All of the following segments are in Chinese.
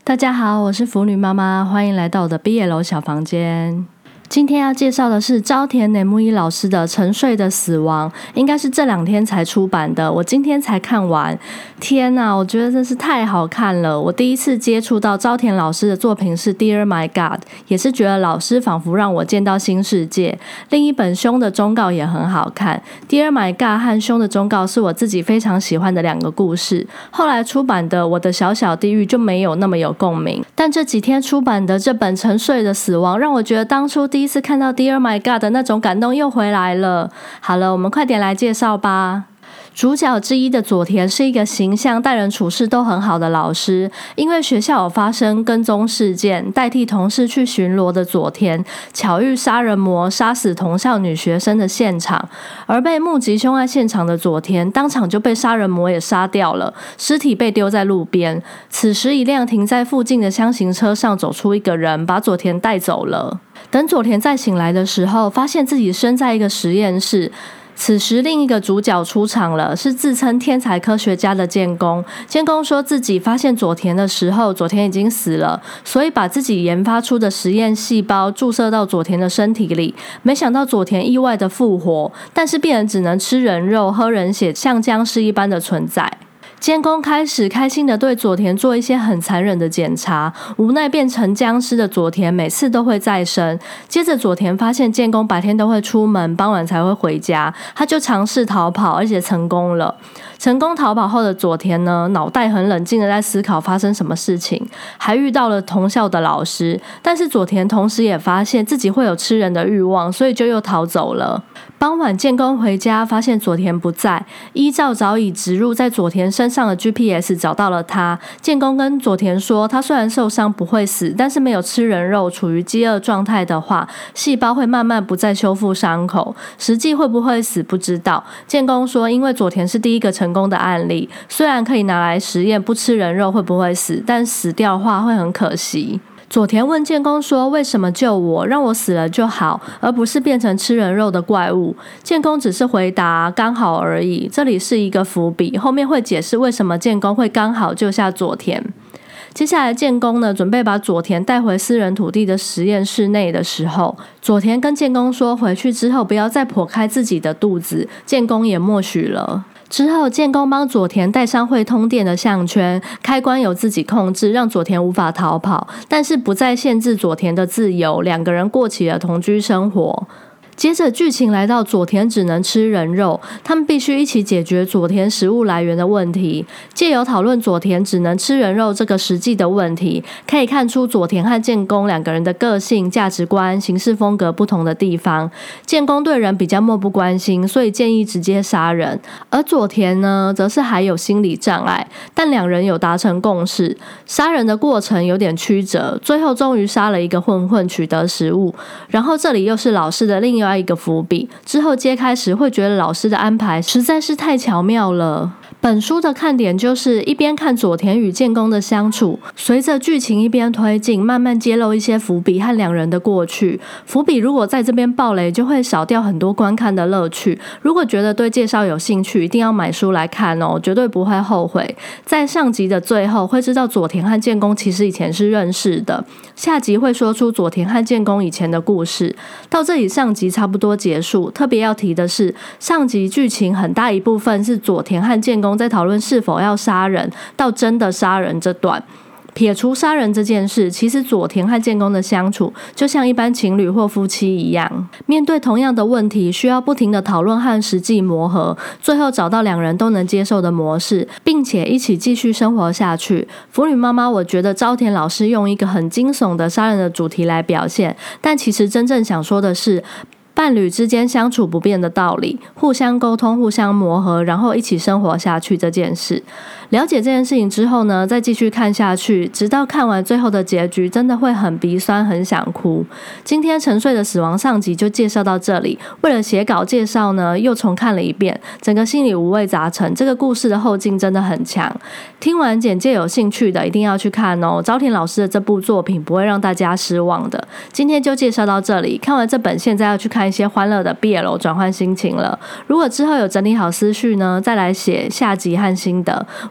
大家好，我是腐女妈妈，欢迎来到我的 BL 小房间。今天要介绍的是朝田内木一老师的《沉睡的死亡》，应该是这2天才出版的，我今天才看完。天哪，我觉得真是太好看了！我第一次接触到朝田老师的作品是《Dear My God》，也是觉得老师仿佛让我见到新世界。另一本《凶的忠告》也很好看，《Dear My God》和《凶的忠告》是我自己非常喜欢的2个故事。后来出版的《我的小小地狱》就没有那么有共鸣，但这几天出版的这本《沉睡的死亡》让我觉得当初第一次看到 Dear My God 的那种感动又回来了。好了，我们快点来介绍吧。主角之一的佐田是一个形象待人处事都很好的老师，因为学校有发生跟踪事件，代替同事去巡逻的佐田巧遇杀人魔杀死同校女学生的现场，而被目击凶案现场的佐田当场就被杀人魔也杀掉了，尸体被丢在路边。此时一辆停在附近的箱型车上走出一个人，把佐田带走了。等佐田再醒来的时候，发现自己身在一个实验室。此时另一个主角出场了，是自称天才科学家的建功。建功说自己发现佐田的时候，佐田已经死了，所以把自己研发出的实验细胞注射到佐田的身体里。没想到佐田意外的复活，但是病人只能吃人肉、喝人血，像僵尸一般的存在。监工开始开心的对佐田做一些很残忍的检查，无奈变成僵尸的佐田每次都会再生。接着佐田发现监工白天都会出门，傍晚才会回家，他就尝试逃跑，而且成功了。成功逃跑后的佐田呢，脑袋很冷静的在思考发生什么事情，还遇到了同校的老师。但是佐田同时也发现自己会有吃人的欲望，所以就又逃走了。傍晚建工回家，发现佐田不在，依照早已植入在佐田身上的 GPS 找到了他。建工跟佐田说，他虽然受伤不会死，但是没有吃人肉，处于饥饿状态的话，细胞会慢慢不再修复伤口，实际会不会死不知道。建工说，因为佐田是第一个成功的案例，虽然可以拿来实验不吃人肉会不会死，但死掉的话会很可惜。佐田问建工说，为什么救我，让我死了就好，而不是变成吃人肉的怪物。建工只是回答刚好而已，这里是一个伏笔，后面会解释为什么建工会刚好救下佐田。接下来建工呢，准备把佐田带回私人土地的实验室内的时候，佐田跟建工说，回去之后不要再剖开自己的肚子，建工也默许了。之后建工帮佐田戴上会通电的项圈，开关由自己控制，让佐田无法逃跑，但是不再限制佐田的自由，2个人过起了同居生活。接着剧情来到佐田只能吃人肉，他们必须一起解决佐田食物来源的问题。借由讨论佐田只能吃人肉这个实际的问题，可以看出佐田和建工2个人的个性、价值观、行事风格不同的地方。建工对人比较漠不关心，所以建议直接杀人，而佐田呢，则是还有心理障碍，但2人有达成共识。杀人的过程有点曲折，最后终于杀了一个混混，取得食物。然后这里又是老师的另外一个伏笔，之后揭开时会觉得老师的安排实在是太巧妙了。本书的看点就是一边看佐田与建工的相处，随着剧情一边推进，慢慢揭露一些伏笔和2人的过去。伏笔如果在这边爆雷，就会少掉很多观看的乐趣。如果觉得对介绍有兴趣，一定要买书来看哦，绝对不会后悔。在上集的最后会知道佐田和建工其实以前是认识的，下集会说出佐田和建工以前的故事。到这里上集差不多结束，特别要提的是，上集剧情很大一部分是佐田和建工在讨论是否要杀人，到真的杀人这段。撇除杀人这件事，其实佐田和建工的相处就像一般情侣或夫妻一样，面对同样的问题，需要不停的讨论和实际磨合，最后找到2人都能接受的模式，并且一起继续生活下去。腐女妈妈，我觉得朝田老师用一个很惊悚的杀人的主题来表现，但其实真正想说的是伴侣之间相处不变的道理，互相沟通，互相磨合，然后一起生活下去这件事。了解这件事情之后呢，再继续看下去，直到看完最后的结局，真的会很鼻酸，很想哭。今天沉睡的死亡上集就介绍到这里，为了写稿介绍呢，又重看了一遍，整个心里五味杂陈。这个故事的后劲真的很强，听完简介有兴趣的一定要去看哦。朝田老师的这部作品不会让大家失望的。今天就介绍到这里，看完这本现在要去看一些欢乐的 BL 转换心情了。如果之后有整理好思绪呢，再来写下集和心得。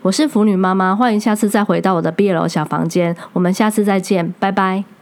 我是腐女妈妈，欢迎下次再回到我的 BL 小房间，我们下次再见，拜拜。